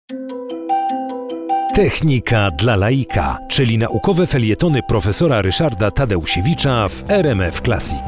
Technika dla laika, czyli naukowe felietony profesora Ryszarda Tadeusiewicza w RMF Classic.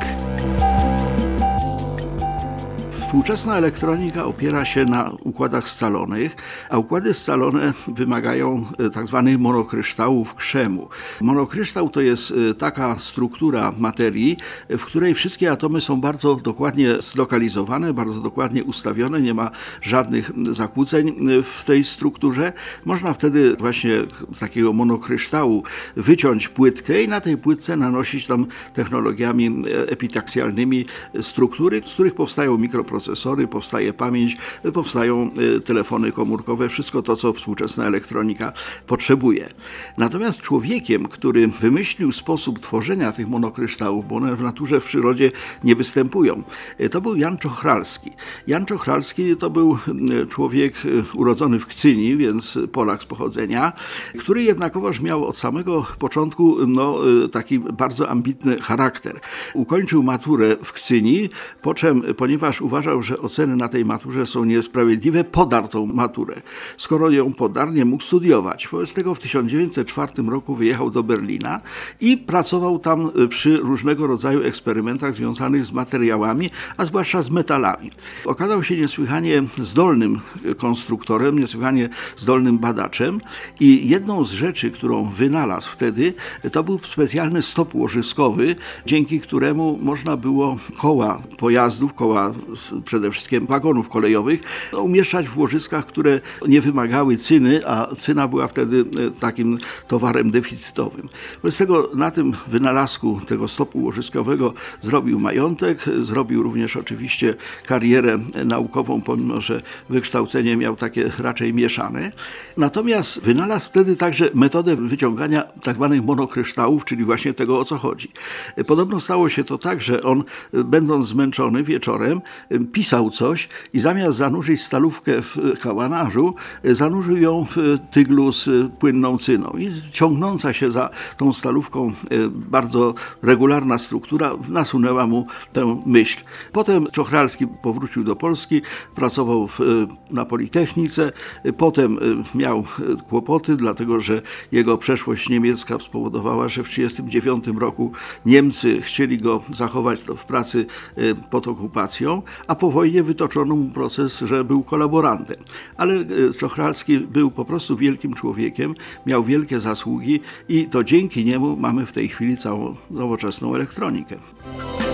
Współczesna elektronika opiera się na układach scalonych, a układy scalone wymagają tzw. monokryształów krzemu. Monokryształ to jest taka struktura materii, w której wszystkie atomy są bardzo dokładnie zlokalizowane, bardzo dokładnie ustawione, nie ma żadnych zakłóceń w tej strukturze. Można wtedy właśnie z takiego monokryształu wyciąć płytkę i na tej płytce nanosić tam technologiami epitaksjalnymi struktury, z których powstają mikroprocesory, powstaje pamięć, powstają telefony komórkowe, wszystko to, co współczesna elektronika potrzebuje. Natomiast człowiekiem, który wymyślił sposób tworzenia tych monokryształów, bo one w naturze, w przyrodzie nie występują, to był Jan Czochralski. Jan Czochralski to był człowiek urodzony w Kcyni, więc Polak z pochodzenia, który jednakowoż miał od samego początku taki bardzo ambitny charakter. Ukończył maturę w Kcyni, po czym, ponieważ uważał, że oceny na tej maturze są niesprawiedliwe, podarł tą maturę. Skoro ją podarł, nie mógł studiować. Wobec tego w 1904 roku wyjechał do Berlina i pracował tam przy różnego rodzaju eksperymentach związanych z materiałami, a zwłaszcza z metalami. Okazał się niesłychanie zdolnym konstruktorem, niesłychanie zdolnym badaczem i jedną z rzeczy, którą wynalazł wtedy, to był specjalny stop łożyskowy, dzięki któremu można było koła pojazdów, koła przede wszystkim wagonów kolejowych, umieszczać w łożyskach, które nie wymagały cyny, a cyna była wtedy takim towarem deficytowym. Wobec tego na tym wynalazku tego stopu łożyskowego zrobił majątek, zrobił również oczywiście karierę naukową, pomimo że wykształcenie miał takie raczej mieszane. Natomiast wynalazł wtedy także metodę wyciągania tzw. monokryształów, czyli właśnie tego, o co chodzi. Podobno stało się to tak, że on, będąc zmęczony wieczorem, pisał coś i zamiast zanurzyć stalówkę w kałamarzu, zanurzył ją w tyglu z płynną cyną. I ciągnąca się za tą stalówką bardzo regularna struktura nasunęła mu tę myśl. Potem Czochralski powrócił do Polski, pracował na Politechnice, potem miał kłopoty, dlatego że jego przeszłość niemiecka spowodowała, że w 1939 roku Niemcy chcieli go zachować w pracy pod okupacją, a po wojnie wytoczono mu proces, że był kolaborantem. Ale Czochralski był po prostu wielkim człowiekiem, miał wielkie zasługi i to dzięki niemu mamy w tej chwili całą nowoczesną elektronikę.